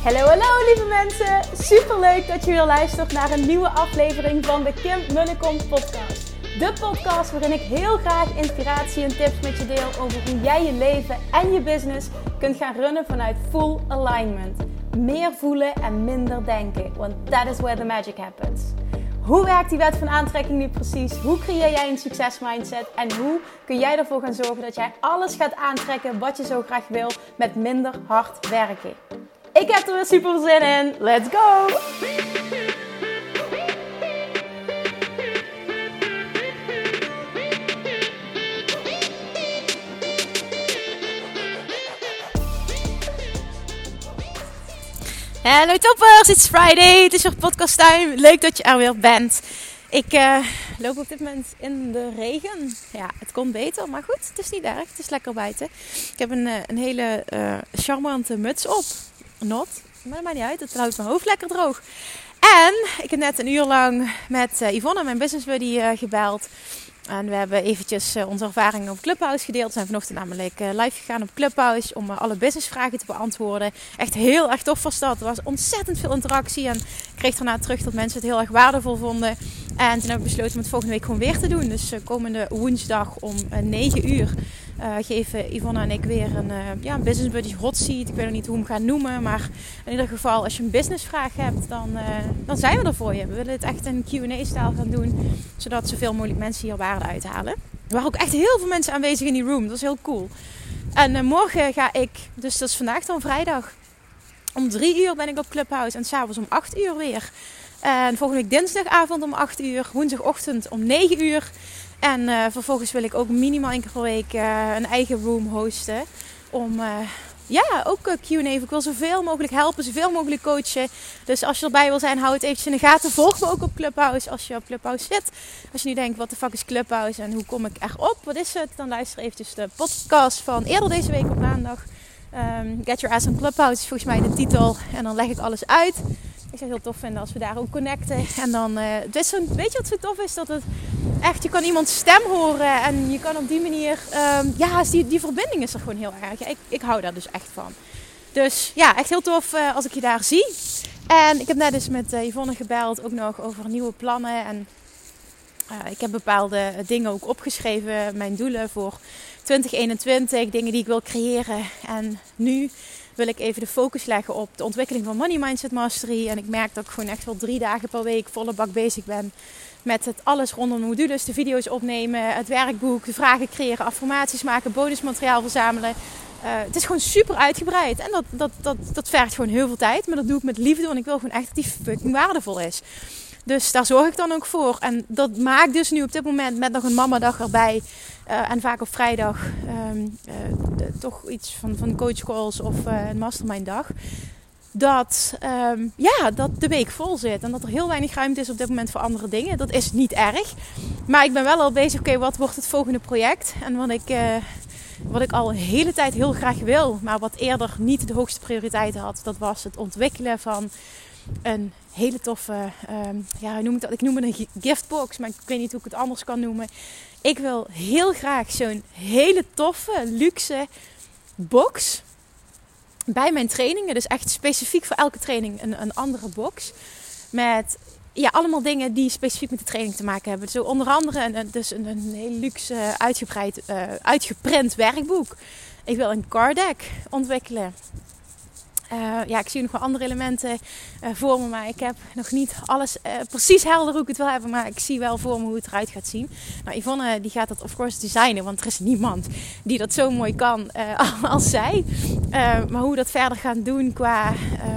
Hallo lieve mensen, superleuk dat je weer luistert naar een nieuwe aflevering van de Kim Munnekom podcast. De podcast waarin ik heel graag inspiratie en tips met je deel over hoe jij je leven en je business kunt gaan runnen vanuit full alignment. Meer voelen en minder denken, want that is where the magic happens. Hoe werkt die wet van aantrekking nu precies? Hoe creëer jij een succesmindset? En hoe kun jij ervoor gaan zorgen dat jij alles gaat aantrekken wat je zo graag wil met minder hard werken? Ik heb er weer super zin in. Let's go! Hallo toppers, it's Friday. Het is weer podcast time. Leuk dat je er weer bent. Ik loop op dit moment in de regen. Ja, het kon beter, maar goed, het is niet erg. Het is lekker buiten. Ik heb een hele charmante muts op. Not, maar dat maakt niet uit. Het houdt mijn hoofd lekker droog. En ik heb net een uur lang met Yvonne, mijn business buddy, gebeld. En we hebben eventjes onze ervaringen op Clubhouse gedeeld. We zijn vanochtend namelijk live gegaan op Clubhouse om alle businessvragen te beantwoorden. Echt heel erg tof was dat. Er was ontzettend veel interactie en ik kreeg daarna terug dat mensen het heel erg waardevol vonden. En toen heb ik besloten om het volgende week gewoon weer te doen. Dus komende woensdag om 9 uur geven Yvonne en ik weer een business buddy hot seat. Ik weet nog niet hoe we hem gaan noemen, maar in ieder geval als je een businessvraag hebt, dan zijn we er voor je. We willen het echt een Q&A-stijl gaan doen, zodat zoveel mogelijk mensen hier waarde uithalen. Er waren ook echt heel veel mensen aanwezig in die room. Dat is heel cool. En morgen ga ik, dus dat is vandaag dan vrijdag, om 3 uur ben ik op Clubhouse en s'avonds om 8 uur weer. En volgende week dinsdagavond om 8 uur, woensdagochtend om 9 uur. En vervolgens wil ik ook minimaal 1 keer per week een eigen room hosten. Om ook Q&A. Ik wil zoveel mogelijk helpen, zoveel mogelijk coachen. Dus als je erbij wil zijn, hou het eventjes in de gaten. Volg me ook op Clubhouse als je op Clubhouse zit. Als je nu denkt, wat de fuck is Clubhouse en hoe kom ik erop? Wat is het? Dan luister eventjes de podcast van eerder deze week op maandag. Get Your Ass on Clubhouse is volgens mij de titel. En dan leg ik alles uit. Ik zou het heel tof vinden als we daar ook connecten. En dan, weet je wat zo tof is? Dat het echt, je kan iemands stem horen. En je kan op die manier, die verbinding is er gewoon heel erg. Ik hou daar dus echt van. Dus ja, echt heel tof als ik je daar zie. En ik heb net dus met Yvonne gebeld, ook nog over nieuwe plannen. En ik heb bepaalde dingen ook opgeschreven. Mijn doelen voor 2021, dingen die ik wil creëren. En nu wil ik even de focus leggen op de ontwikkeling van Money Mindset Mastery. En ik merk dat ik gewoon echt wel 3 dagen per week volle bak bezig ben met het alles rondom de modules, de video's opnemen, het werkboek, de vragen creëren, affirmaties maken, bonusmateriaal verzamelen. Het is gewoon super uitgebreid en dat vergt gewoon heel veel tijd. Maar dat doe ik met liefde, want ik wil gewoon echt dat die fucking waardevol is. Dus daar zorg ik dan ook voor. En dat maakt dus nu op dit moment met nog een mamadag erbij. En vaak op vrijdag toch iets van coachcalls of een masterminddag. Dat de week vol zit. En dat er heel weinig ruimte is op dit moment voor andere dingen. Dat is niet erg. Maar ik ben wel al bezig. Oké, wat wordt het volgende project? En wat ik al een hele tijd heel graag wil. Maar wat eerder niet de hoogste prioriteit had. Dat was het ontwikkelen van een hele toffe, hoe noem ik dat? Ik noem het een giftbox, maar ik weet niet hoe ik het anders kan noemen. Ik wil heel graag zo'n hele toffe, luxe box bij mijn trainingen. Dus echt specifiek voor elke training een andere box. Met allemaal dingen die specifiek met de training te maken hebben. Zo onder andere een heel luxe, uitgeprint werkboek. Ik wil een card deck ontwikkelen. Ik zie nog wel andere elementen voor me, maar ik heb nog niet alles precies helder hoe ik het wil hebben, maar ik zie wel voor me hoe het eruit gaat zien. Nou, Yvonne die gaat dat of course designen, want er is niemand die dat zo mooi kan als zij. Maar hoe we dat verder gaan doen qua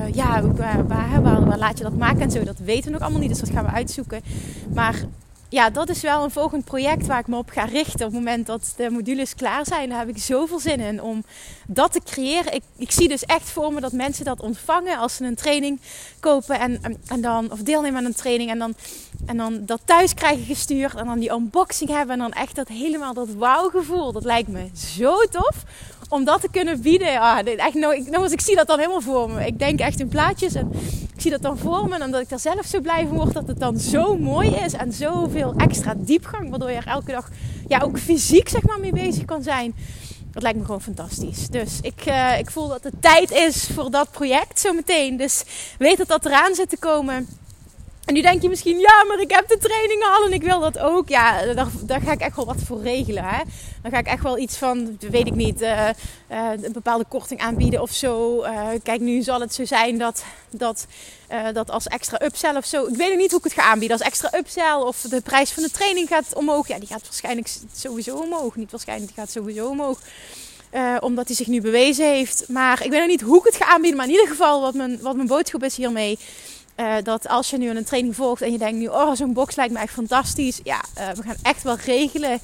waar laat je dat maken en zo, dat weten we nog allemaal niet, dus dat gaan we uitzoeken. Maar ja, dat is wel een volgend project waar ik me op ga richten. Op het moment dat de modules klaar zijn, daar heb ik zoveel zin in om dat te creëren. Ik zie dus echt voor me dat mensen dat ontvangen als ze een training kopen en dan, of deelnemen aan een training en dan dat thuis krijgen gestuurd en dan die unboxing hebben en dan echt dat wauw gevoel. Dat lijkt me zo tof om dat te kunnen bieden. Ik zie dat dan helemaal voor me. Ik denk echt in plaatjes en ik zie dat dan voor me. En omdat ik daar zelf zo blij van word dat het dan zo mooi is. En zoveel extra diepgang. Waardoor je er elke dag ook fysiek mee bezig kan zijn. Dat lijkt me gewoon fantastisch. Dus ik voel dat het tijd is voor dat project zometeen. Dus weet dat dat eraan zit te komen. En nu denk je misschien, ja, maar ik heb de trainingen al en ik wil dat ook. Ja, daar ga ik echt wel wat voor regelen. Hè? Dan ga ik echt wel iets van, weet ik niet, een bepaalde korting aanbieden of zo. Kijk, nu zal het zo zijn dat als extra upsell of zo. Ik weet nog niet hoe ik het ga aanbieden. Als extra upsell of de prijs van de training gaat omhoog. Ja, die gaat waarschijnlijk sowieso omhoog. Niet waarschijnlijk, die gaat sowieso omhoog. Omdat hij zich nu bewezen heeft. Maar ik weet nog niet hoe ik het ga aanbieden. Maar in ieder geval wat mijn boodschap is hiermee. Dat als je nu een training volgt en je denkt nu, oh, zo'n box lijkt me echt fantastisch. Ja, we gaan echt wel regelen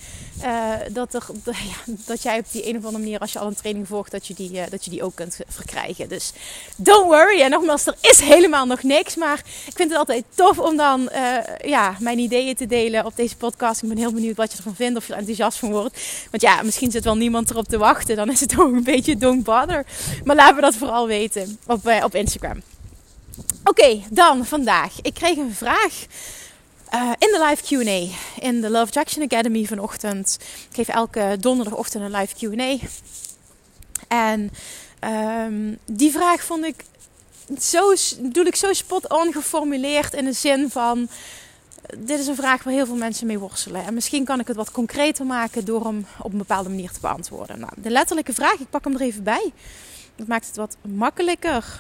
dat jij op die een of andere manier, als je al een training volgt, dat je die ook kunt verkrijgen. Dus don't worry. En nogmaals, er is helemaal nog niks. Maar ik vind het altijd tof om dan mijn ideeën te delen op deze podcast. Ik ben heel benieuwd wat je ervan vindt, of je er enthousiast van wordt. Want ja, misschien zit wel niemand erop te wachten. Dan is het ook een beetje don't bother. Maar laten we dat vooral weten op Instagram. Oké, dan vandaag. Ik kreeg een vraag in de live Q&A in de Love Attraction Academy vanochtend. Ik geef elke donderdagochtend een live Q&A. En die vraag vond ik zo spot on geformuleerd in de zin van, dit is een vraag waar heel veel mensen mee worstelen. En misschien kan ik het wat concreter maken door hem op een bepaalde manier te beantwoorden. Nou, de letterlijke vraag, ik pak hem er even bij. Dat maakt het wat makkelijker.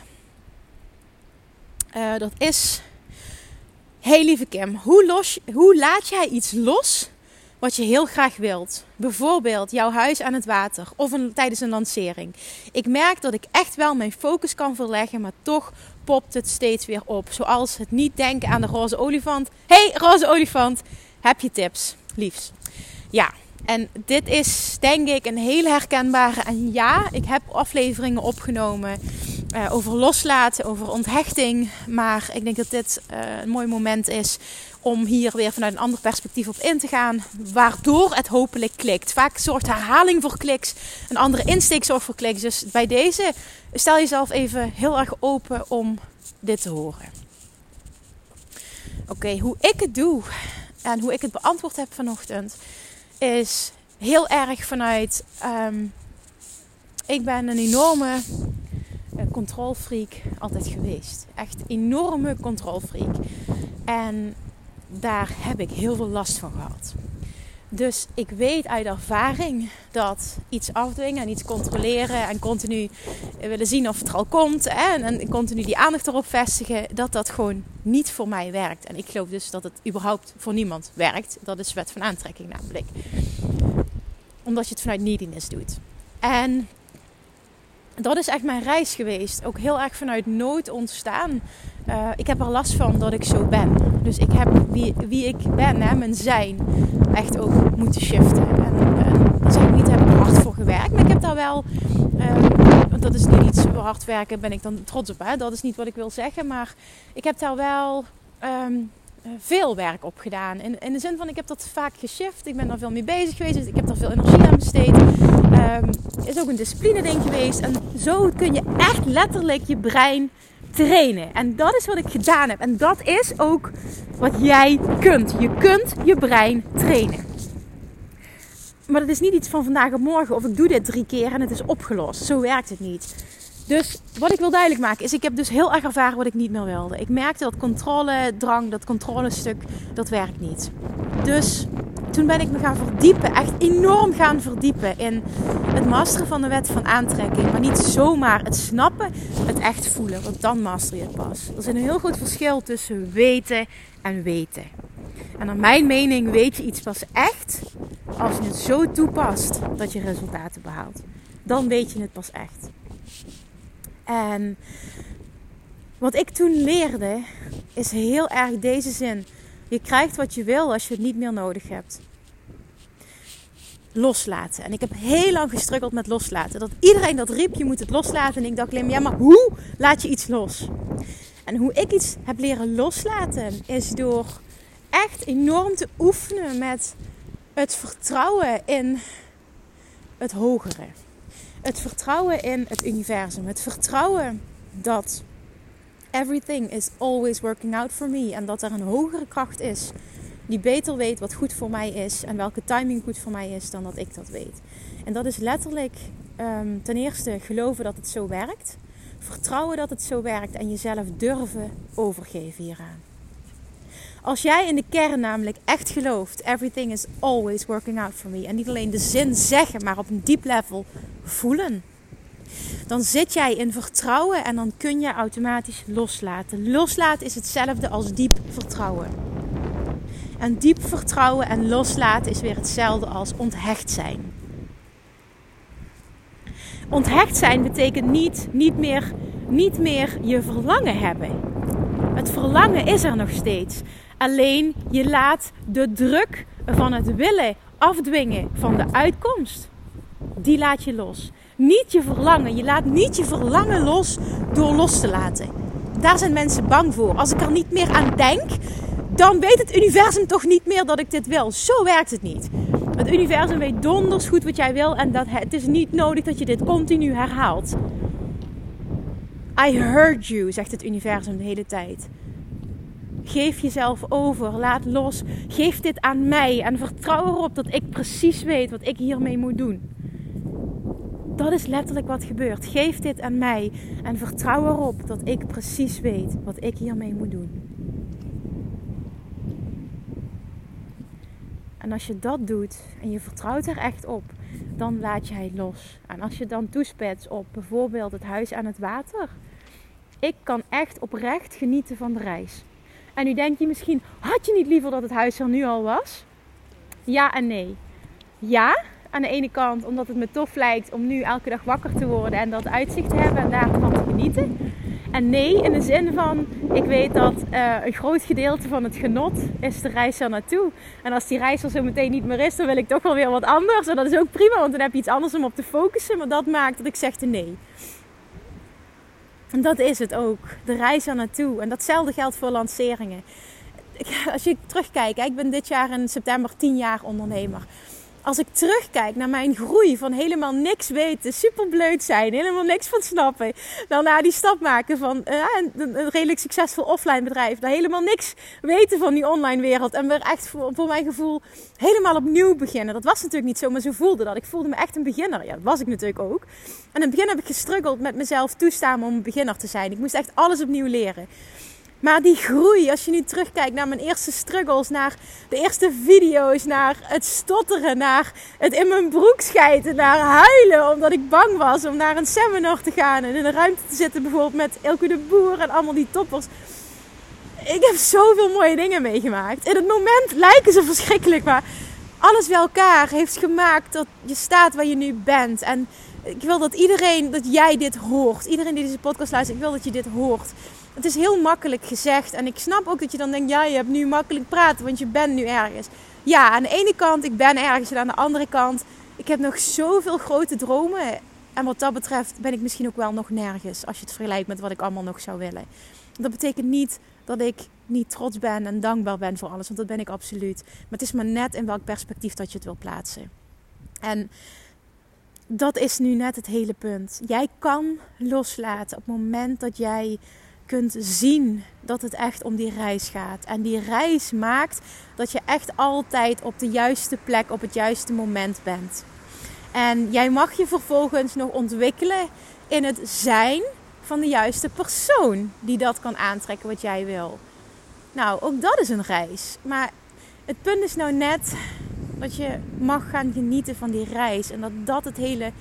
Dat is, hey lieve Kim, hoe laat jij iets los wat je heel graag wilt? Bijvoorbeeld jouw huis aan het water of tijdens een lancering. Ik merk dat ik echt wel mijn focus kan verleggen, maar toch popt het steeds weer op. Zoals het niet denken aan de roze olifant. Hey roze olifant, heb je tips? Liefs. Ja. En dit is denk ik een heel herkenbare. En ja, ik heb afleveringen opgenomen over loslaten, over onthechting. Maar ik denk dat dit een mooi moment is om hier weer vanuit een ander perspectief op in te gaan. Waardoor het hopelijk klikt. Vaak zorgt herhaling voor kliks. Een andere insteek zorgt voor kliks. Dus bij deze stel jezelf even heel erg open om dit te horen. Oké, hoe ik het doe en hoe ik het beantwoord heb vanochtend is heel erg vanuit, ik ben een enorme controlfreak altijd geweest. Echt enorme controlfreak. En daar heb ik heel veel last van gehad. Dus ik weet uit ervaring dat iets afdwingen en iets controleren en continu willen zien of het er al komt en continu die aandacht erop vestigen, dat gewoon niet voor mij werkt. En ik geloof dus dat het überhaupt voor niemand werkt. Dat is wet van aantrekking namelijk. Omdat je het vanuit neediness doet. En dat is echt mijn reis geweest. Ook heel erg vanuit nood ontstaan. Ik heb er last van dat ik zo ben. Dus ik heb wie ik ben, mijn zijn, echt ook moeten shiften. En dat zeg ik niet, daar heb ik hard voor gewerkt. Maar ik heb daar wel, want dat is niet iets, hard werken ben ik dan trots op. Hè? Dat is niet wat ik wil zeggen. Maar ik heb daar wel veel werk op gedaan. In de zin van, ik heb dat vaak geshift. Ik ben daar veel mee bezig geweest. Dus ik heb daar veel energie aan besteed. Is ook een discipline ding geweest. En zo kun je echt letterlijk je brein trainen. En dat is wat ik gedaan heb. En dat is ook wat jij kunt. Je kunt je brein trainen. Maar dat is niet iets van vandaag op morgen. Of ik doe dit 3 keer en het is opgelost. Zo werkt het niet. Dus wat ik wil duidelijk maken is, ik heb dus heel erg ervaren wat ik niet meer wilde. Ik merkte dat controledrang, dat controlestuk, dat werkt niet. Dus toen ben ik me gaan verdiepen, echt enorm gaan verdiepen in het masteren van de wet van aantrekking. Maar niet zomaar het snappen, het echt voelen, want dan master je het pas. Er is een heel groot verschil tussen weten en weten. En naar mijn mening weet je iets pas echt als je het zo toepast dat je resultaten behaalt. Dan weet je het pas echt. En wat ik toen leerde is heel erg deze zin. Je krijgt wat je wil als je het niet meer nodig hebt. Loslaten. En ik heb heel lang gestruggeld met loslaten. Dat iedereen dat riep, je moet het loslaten. En ik dacht alleen maar, ja, maar hoe laat je iets los? En hoe ik iets heb leren loslaten is door echt enorm te oefenen met het vertrouwen in het hogere. Het vertrouwen in het universum. Het vertrouwen dat everything is always working out for me. En dat er een hogere kracht is die beter weet wat goed voor mij is en welke timing goed voor mij is dan dat ik dat weet. En dat is letterlijk ten eerste geloven dat het zo werkt. Vertrouwen dat het zo werkt en jezelf durven overgeven hieraan. Als jij in de kern namelijk echt gelooft, everything is always working out for me. En niet alleen de zin zeggen, maar op een diep level voelen. Dan zit jij in vertrouwen en dan kun je automatisch loslaten. Loslaten is hetzelfde als diep vertrouwen. En diep vertrouwen en loslaten is weer hetzelfde als onthecht zijn. Onthecht zijn betekent niet meer je verlangen hebben. Het verlangen is er nog steeds. Alleen je laat de druk van het willen afdwingen van de uitkomst. Die laat je los. Niet je verlangen. Je laat niet je verlangen los door los te laten. Daar zijn mensen bang voor. Als ik er niet meer aan denk, dan weet het universum toch niet meer dat ik dit wil. Zo werkt het niet. Het universum weet donders goed wat jij wil en het is niet nodig dat je dit continu herhaalt. I heard you, zegt het universum de hele tijd. Geef jezelf over, laat los, geef dit aan mij en vertrouw erop dat ik precies weet wat ik hiermee moet doen. Dat is letterlijk wat gebeurt. Geef dit aan mij en vertrouw erop dat ik precies weet wat ik hiermee moet doen. En als je dat doet en je vertrouwt er echt op, dan laat jij los. En als je dan toespitst op bijvoorbeeld het huis aan het water. Ik kan echt oprecht genieten van de reis. En nu denk je misschien, had je niet liever dat het huis er nu al was? Ja en nee. Ja, aan de ene kant omdat het me tof lijkt om nu elke dag wakker te worden en dat uitzicht te hebben en daarvan te genieten. En nee, in de zin van, ik weet dat een groot gedeelte van het genot is de reis er naartoe. En als die reis er zo meteen niet meer is, dan wil ik toch wel weer wat anders. En dat is ook prima, want dan heb je iets anders om op te focussen. Maar dat maakt dat ik zeg de nee. En dat is het ook. De reis er naartoe. En datzelfde geldt voor lanceringen. Als je terugkijkt, ik ben dit jaar in september 10 jaar ondernemer. Als ik terugkijk naar mijn groei van helemaal niks weten, superbleut zijn, helemaal niks van snappen. Dan naar die stap maken van een redelijk succesvol offline bedrijf. Naar helemaal niks weten van die online wereld. En weer echt voor mijn gevoel helemaal opnieuw beginnen. Dat was natuurlijk niet zo, maar zo voelde dat. Ik voelde me echt een beginner. Ja, dat was ik natuurlijk ook. En in het begin heb ik gestruggeld met mezelf toestaan om een beginner te zijn. Ik moest echt alles opnieuw leren. Maar die groei, als je nu terugkijkt naar mijn eerste struggles, naar de eerste video's, naar het stotteren, naar het in mijn broek schijten, naar huilen omdat ik bang was om naar een seminar te gaan en in een ruimte te zitten bijvoorbeeld met Elke de Boer en allemaal die toppers. Ik heb zoveel mooie dingen meegemaakt. In het moment lijken ze verschrikkelijk, maar alles bij elkaar heeft gemaakt dat je staat waar je nu bent. En ik wil dat jij dit hoort. Iedereen die deze podcast luistert, ik wil dat je dit hoort. Het is heel makkelijk gezegd. En ik snap ook dat je dan denkt, ja, je hebt nu makkelijk praten, want je bent nu ergens. Ja, aan de ene kant, ik ben ergens. En aan de andere kant, ik heb nog zoveel grote dromen. En wat dat betreft ben ik misschien ook wel nog nergens. Als je het vergelijkt met wat ik allemaal nog zou willen. Dat betekent niet dat ik niet trots ben en dankbaar ben voor alles. Want dat ben ik absoluut. Maar het is maar net in welk perspectief dat je het wil plaatsen. En dat is nu net het hele punt. Jij kan loslaten op het moment dat jij kunt zien dat het echt om die reis gaat. En die reis maakt dat je echt altijd op de juiste plek, op het juiste moment bent. En jij mag je vervolgens nog ontwikkelen in het zijn van de juiste persoon die dat kan aantrekken wat jij wil. Nou, ook dat is een reis. Maar het punt is nou net dat je mag gaan genieten van die reis. En dat het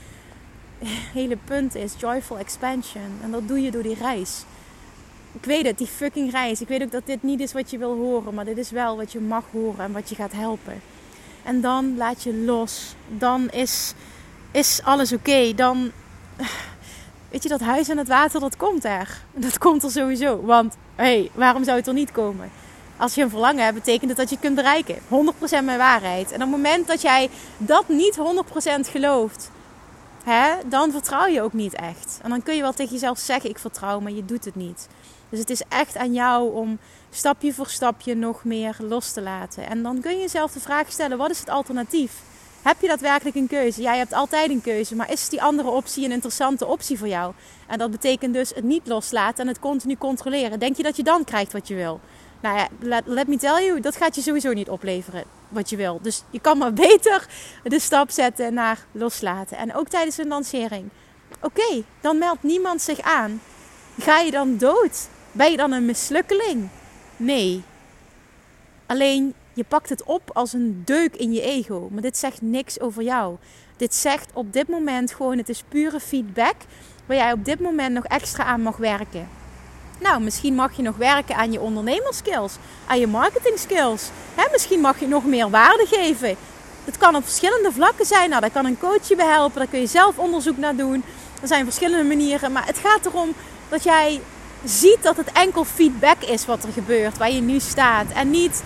hele punt is. Joyful expansion. En dat doe je door die reis. Ik weet het, die fucking reis. Ik weet ook dat dit niet is wat je wil horen. Maar dit is wel wat je mag horen en wat je gaat helpen. En dan laat je los. Dan is alles oké. Dan, weet je, dat huis aan het water, dat komt er. Dat komt er sowieso. Want, waarom zou het er niet komen? Als je een verlangen hebt, betekent het dat je het kunt bereiken. 100% mijn waarheid. En op het moment dat jij dat niet 100% gelooft, dan vertrouw je ook niet echt. En dan kun je wel tegen jezelf zeggen, ik vertrouw, maar je doet het niet. Dus het is echt aan jou om stapje voor stapje nog meer los te laten. En dan kun je jezelf de vraag stellen, wat is het alternatief? Heb je daadwerkelijk een keuze? Jij hebt altijd een keuze, maar is die andere optie een interessante optie voor jou? En dat betekent dus het niet loslaten en het continu controleren. Denk je dat je dan krijgt wat je wil? Nou ja, let me tell you, dat gaat je sowieso niet opleveren wat je wil. Dus je kan maar beter de stap zetten naar loslaten. En ook tijdens een lancering. Oké, dan meldt niemand zich aan. Ga je dan dood? Ben je dan een mislukkeling? Nee. Alleen, je pakt het op als een deuk in je ego. Maar dit zegt niks over jou. Dit zegt op dit moment gewoon, het is pure feedback waar jij op dit moment nog extra aan mag werken. Nou, misschien mag je nog werken aan je ondernemerskills, aan je marketing skills. Misschien mag je nog meer waarde geven. Het kan op verschillende vlakken zijn. Nou, daar kan een coach je bij helpen, daar kun je zelf onderzoek naar doen. Er zijn verschillende manieren, maar het gaat erom dat jij ziet dat het enkel feedback is wat er gebeurt, waar je nu staat. En niet,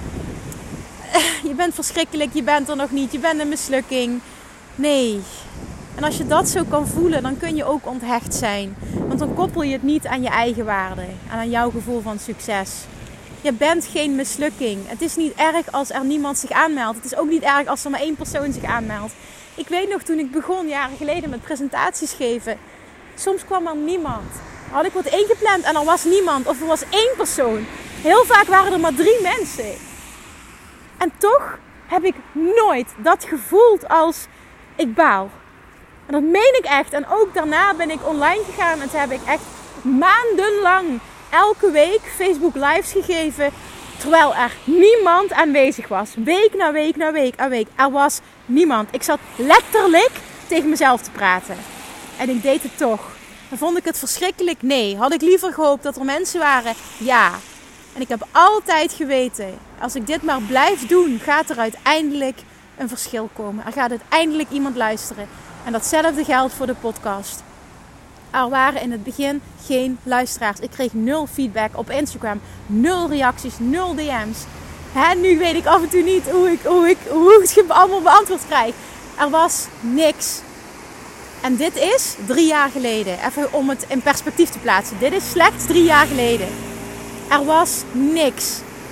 je bent verschrikkelijk, je bent er nog niet, je bent een mislukking. Nee. En als je dat zo kan voelen, dan kun je ook onthecht zijn. Want dan koppel je het niet aan je eigen waarde en aan jouw gevoel van succes. Je bent geen mislukking. Het is niet erg als er niemand zich aanmeldt. Het is ook niet erg als er maar 1 persoon zich aanmeldt. Ik weet nog toen ik begon, jaren geleden, met presentaties geven. Soms kwam er niemand. Had ik wat ingepland en er was niemand. Of er was 1 persoon. Heel vaak waren er maar 3 mensen. En toch heb ik nooit dat gevoeld als ik baal. En dat meen ik echt. En ook daarna ben ik online gegaan. En toen heb ik echt maandenlang elke week Facebook lives gegeven. Terwijl er niemand aanwezig was. Week na week na week na week. Er was niemand. Ik zat letterlijk tegen mezelf te praten. En ik deed het toch. Dan vond ik het verschrikkelijk? Nee. Had ik liever gehoopt dat er mensen waren? Ja. En ik heb altijd geweten, als ik dit maar blijf doen, gaat er uiteindelijk een verschil komen. Er gaat uiteindelijk iemand luisteren. En datzelfde geldt voor de podcast. Er waren in het begin geen luisteraars. Ik kreeg 0 feedback op Instagram. 0 reacties, 0 DM's. Nu weet ik af en toe niet hoe ik het allemaal beantwoord krijg. Er was niks. En dit is 3 jaar geleden. Even om het in perspectief te plaatsen. Dit is slechts 3 jaar geleden. Er was niks.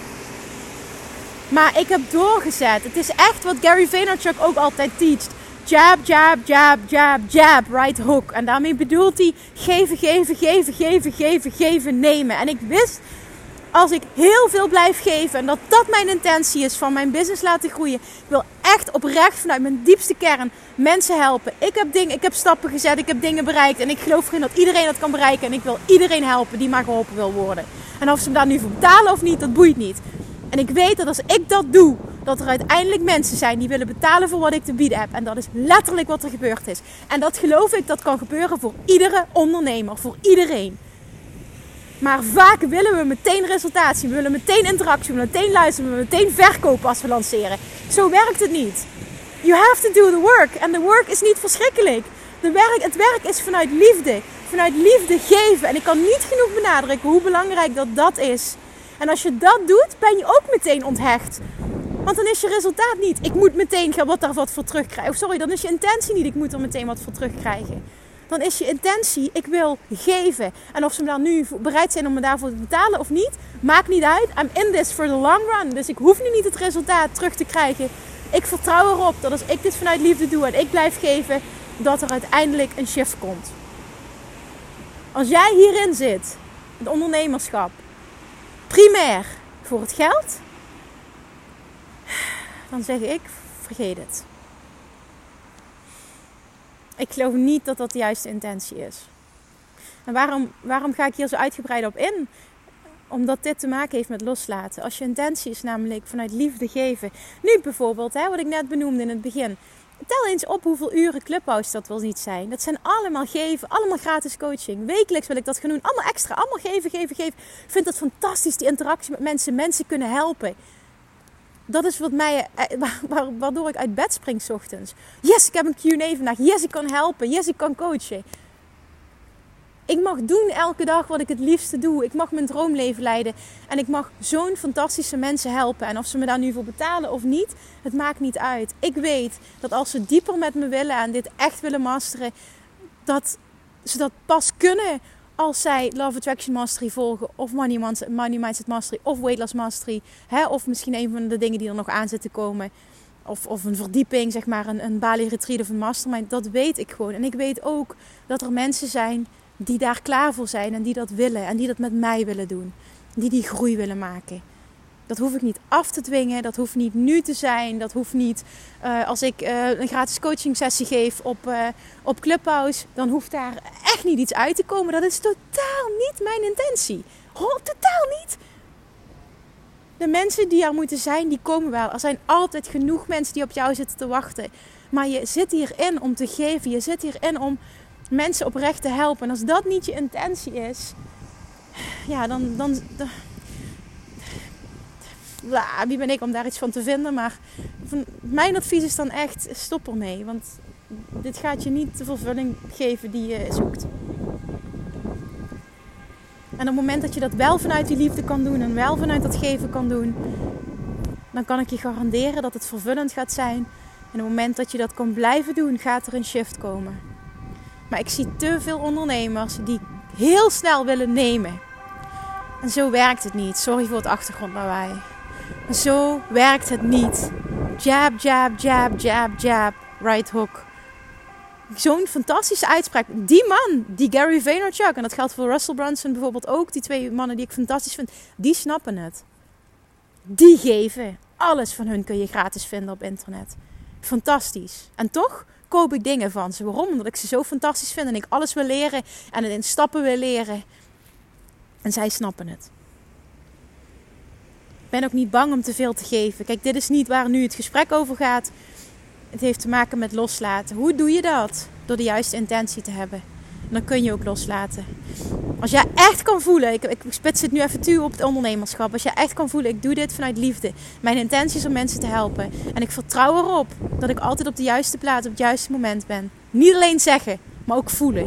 Maar ik heb doorgezet. Het is echt wat Gary Vaynerchuk ook altijd teacht. Jab, jab, jab, jab, jab, right hook. En daarmee bedoelt hij geven, nemen. En ik wist, als ik heel veel blijf geven, en dat mijn intentie is van mijn business laten groeien. Ik wil echt oprecht vanuit mijn diepste kern mensen helpen. Ik heb stappen gezet, ik heb dingen bereikt. En ik geloof erin dat iedereen dat kan bereiken. En ik wil iedereen helpen die maar geholpen wil worden. En of ze me daar nu voor betalen of niet, dat boeit niet. En ik weet dat als ik dat doe, dat er uiteindelijk mensen zijn die willen betalen voor wat ik te bieden heb. En dat is letterlijk wat er gebeurd is. En dat geloof ik, dat kan gebeuren voor iedere ondernemer, voor iedereen. Maar vaak willen we meteen resultaat zien. We willen meteen interactie, we willen meteen luisteren, we willen meteen verkopen als we lanceren. Zo werkt het niet. You have to do the work. En de work is niet verschrikkelijk. Het werk is vanuit liefde. Vanuit liefde geven. En ik kan niet genoeg benadrukken hoe belangrijk dat is. En als je dat doet, ben je ook meteen onthecht. Want dan is je resultaat niet, ik moet meteen wat voor terugkrijgen. Of sorry, dan is je intentie niet, ik moet er meteen wat voor terugkrijgen. Dan is je intentie, ik wil geven. En of ze dan nu bereid zijn om me daarvoor te betalen of niet, maakt niet uit. I'm in this for the long run. Dus ik hoef nu niet het resultaat terug te krijgen. Ik vertrouw erop dat als ik dit vanuit liefde doe en ik blijf geven, dat er uiteindelijk een shift komt. Als jij hierin zit, het ondernemerschap, primair voor het geld, dan zeg ik, vergeet het. Ik geloof niet dat dat de juiste intentie is. En waarom ga ik hier zo uitgebreid op in? Omdat dit te maken heeft met loslaten. Als je intentie is namelijk vanuit liefde geven. Nu bijvoorbeeld, wat ik net benoemde in het begin. Tel eens op hoeveel uren Clubhouse dat wel niet zijn. Dat zijn allemaal geven, allemaal gratis coaching. Wekelijks wil ik dat gaan doen. Allemaal extra, allemaal geven. Ik vind dat fantastisch, die interactie met mensen. Mensen kunnen helpen. Dat is wat mij, waardoor ik uit bed spring 's ochtends. Yes, ik heb een Q&A vandaag. Yes, ik kan helpen. Yes, ik kan coachen. Ik mag doen elke dag wat ik het liefste doe. Ik mag mijn droomleven leiden. En ik mag zo'n fantastische mensen helpen. En of ze me daar nu voor betalen of niet, het maakt niet uit. Ik weet dat als ze dieper met me willen en dit echt willen masteren, dat ze dat pas kunnen als zij Love Attraction Mastery volgen. Of Money Mindset Mastery. Of Weight Loss Mastery. Of misschien een van de dingen die er nog aan zitten komen. Of een verdieping, zeg maar. Een Bali Retreat of een Mastermind. Dat weet ik gewoon. En ik weet ook dat er mensen zijn die daar klaar voor zijn. En die dat willen. En die dat met mij willen doen. die groei willen maken. Dat hoef ik niet af te dwingen. Dat hoeft niet nu te zijn. Dat hoeft niet als ik een gratis coaching sessie geef op Clubhouse. Dan hoeft daar echt niet iets uit te komen. Dat is totaal niet mijn intentie. Totaal niet. De mensen die er moeten zijn, die komen wel. Er zijn altijd genoeg mensen die op jou zitten te wachten. Maar je zit hierin om te geven. Je zit hierin om mensen oprecht te helpen. En als dat niet je intentie is, ja, dan wie ben ik om daar iets van te vinden? Maar mijn advies is dan echt, stop ermee. Want dit gaat je niet de vervulling geven die je zoekt. En op het moment dat je dat wel vanuit die liefde kan doen en wel vanuit dat geven kan doen, dan kan ik je garanderen dat het vervullend gaat zijn. En op het moment dat je dat kan blijven doen, gaat er een shift komen. Maar ik zie te veel ondernemers die heel snel willen nemen. En zo werkt het niet. Sorry voor het achtergrondlawaai. Maar zo werkt het niet. Jab, jab, jab, jab, jab. Right hook. Zo'n fantastische uitspraak. Die man, die Gary Vaynerchuk, en dat geldt voor Russell Brunson bijvoorbeeld ook. Die twee mannen die ik fantastisch vind. Die snappen het. Die geven. Alles van hun kun je gratis vinden op internet. Fantastisch. En toch koop ik dingen van ze. Waarom? Omdat ik ze zo fantastisch vind en ik alles wil leren en het in stappen wil leren. En zij snappen het. Ik ben ook niet bang om te veel te geven. Kijk, dit is niet waar nu het gesprek over gaat. Het heeft te maken met loslaten. Hoe doe je dat? Door de juiste intentie te hebben. En dan kun je ook loslaten. Als jij echt kan voelen, ik spits het nu even toe op het ondernemerschap. Als jij echt kan voelen, ik doe dit vanuit liefde. Mijn intentie is om mensen te helpen. En ik vertrouw erop dat ik altijd op de juiste plaats, op het juiste moment ben. Niet alleen zeggen, maar ook voelen.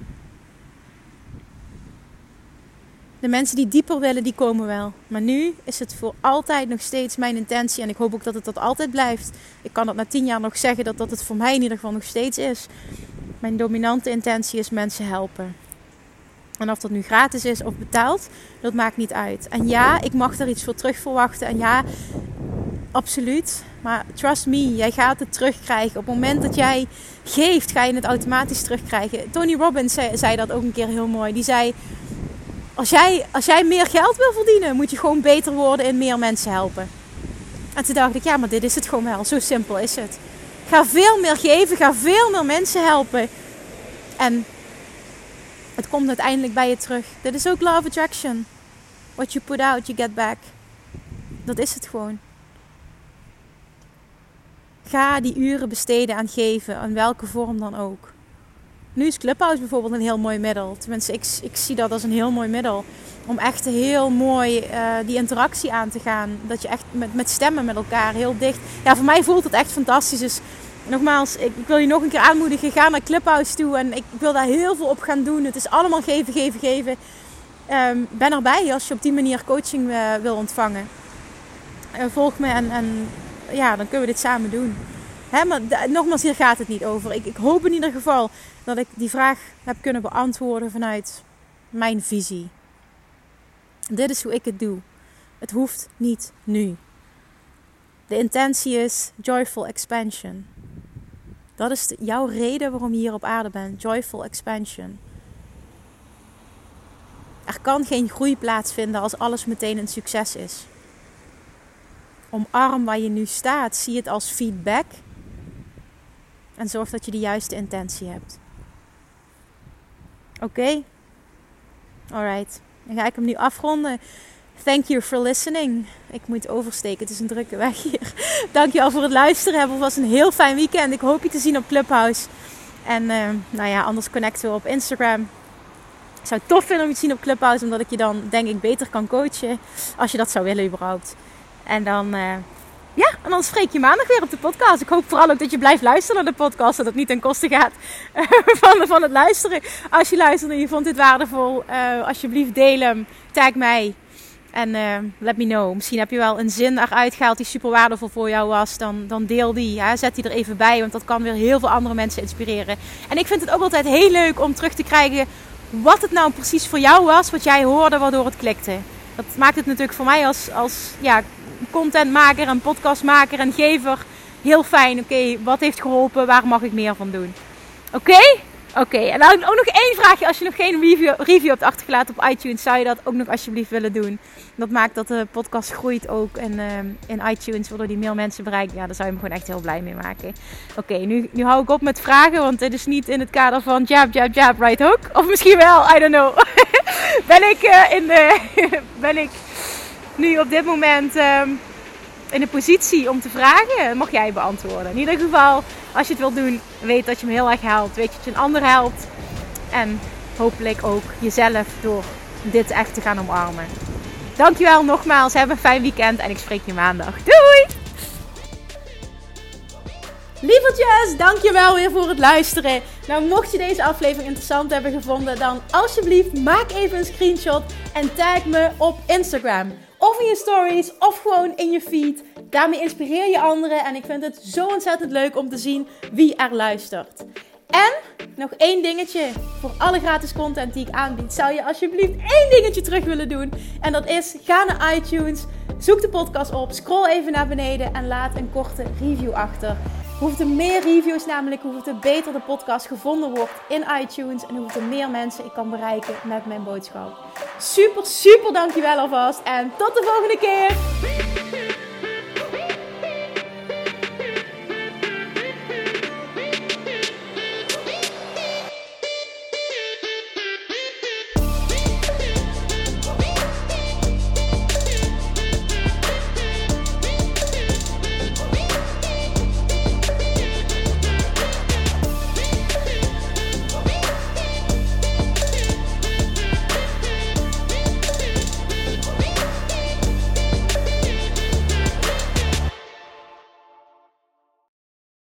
De mensen die dieper willen, die komen wel. Maar nu is het voor altijd nog steeds mijn intentie. En ik hoop ook dat het dat altijd blijft. Ik kan dat na 10 jaar nog zeggen dat het voor mij in ieder geval nog steeds is. Mijn dominante intentie is mensen helpen. En of dat nu gratis is of betaald, dat maakt niet uit. En ja, ik mag er iets voor terug verwachten. En ja, absoluut. Maar trust me, jij gaat het terugkrijgen. Op het moment dat jij geeft, ga je het automatisch terugkrijgen. Tony Robbins zei dat ook een keer heel mooi. Die zei, als jij meer geld wil verdienen, moet je gewoon beter worden in meer mensen helpen. En toen dacht ik, ja, maar dit is het gewoon wel. Zo simpel is het. Ga veel meer geven, ga veel meer mensen helpen. En het komt uiteindelijk bij je terug. Dit is ook law of attraction. What you put out, you get back. Dat is het gewoon. Ga die uren besteden aan geven, in welke vorm dan ook. Nu is Clubhouse bijvoorbeeld een heel mooi middel. Tenminste, ik zie dat als een heel mooi middel. Om echt heel mooi die interactie aan te gaan. Dat je echt met stemmen met elkaar heel dicht... Ja, voor mij voelt het echt fantastisch. Dus nogmaals, ik wil je nog een keer aanmoedigen. Ga naar Clubhouse toe. En ik wil daar heel veel op gaan doen. Het is allemaal geven, geven, geven. Ben erbij als je op die manier coaching wil ontvangen. Volg me en ja, dan kunnen we dit samen doen. Maar nogmaals, hier gaat het niet over. Ik hoop in ieder geval dat ik die vraag heb kunnen beantwoorden vanuit mijn visie. Dit is hoe ik het doe. Het hoeft niet nu. De intentie is joyful expansion. Dat is jouw reden waarom je hier op aarde bent. Joyful expansion. Er kan geen groei plaatsvinden als alles meteen een succes is. Omarm waar je nu staat. Zie het als feedback. En zorg dat je de juiste intentie hebt. Oké? Alright. Dan ga ik hem nu afronden. Thank you for listening. Ik moet oversteken. Het is een drukke weg hier. Dankjewel voor het luisteren. Heb alvast een heel fijn weekend. Ik hoop je te zien op Clubhouse. En nou ja, anders connecten we op Instagram. Ik zou het tof vinden om je te zien op Clubhouse. Omdat ik je dan denk ik beter kan coachen. Als je dat zou willen überhaupt. En dan... ja, en dan spreek je maandag weer op de podcast. Ik hoop vooral ook dat je blijft luisteren naar de podcast. Dat het niet ten koste gaat van het luisteren. Als je luistert en je vond dit waardevol. Alsjeblieft deel hem. Tag mij. En let me know. Misschien heb je wel een zin eruit gehaald die super waardevol voor jou was. Dan deel die. Hè? Zet die er even bij. Want dat kan weer heel veel andere mensen inspireren. En ik vind het ook altijd heel leuk om terug te krijgen wat het nou precies voor jou was. Wat jij hoorde waardoor het klikte. Dat maakt het natuurlijk voor mij als ja, contentmaker en podcastmaker en gever heel fijn. Oké, wat heeft geholpen? Waar mag ik meer van doen? Oké? Oké, en dan ook nog één vraagje. Als je nog geen review hebt achtergelaten op iTunes, zou je dat ook nog alsjeblieft willen doen. Dat maakt dat de podcast groeit ook in iTunes, waardoor die meer mensen bereikt. Ja, daar zou je me gewoon echt heel blij mee maken. Oké, nu hou ik op met vragen, want dit is niet in het kader van jab, jab, jab, right hook. Of misschien wel, I don't know. Ben ik nu op dit moment in de positie om te vragen? Mag jij beantwoorden. In ieder geval, als je het wilt doen, weet dat je me heel erg helpt. Weet dat je een ander helpt. En hopelijk ook jezelf door dit echt te gaan omarmen. Dankjewel nogmaals. Heb een fijn weekend en ik spreek je maandag. Doei! Lievertjes, dankjewel weer voor het luisteren. Nou, mocht je deze aflevering interessant hebben gevonden, dan alsjeblieft maak even een screenshot en tag me op Instagram. Of in je stories, of gewoon in je feed. Daarmee inspireer je anderen en ik vind het zo ontzettend leuk om te zien wie er luistert. En nog één dingetje. Voor alle gratis content die ik aanbied, zou je alsjeblieft één dingetje terug willen doen. En dat is, ga naar iTunes, zoek de podcast op, scroll even naar beneden en laat een korte review achter. Hoeveel meer reviews namelijk, hoeveel beter de podcast gevonden wordt in iTunes. En hoeveel meer mensen ik kan bereiken met mijn boodschap. Super, super dankjewel alvast. En tot de volgende keer.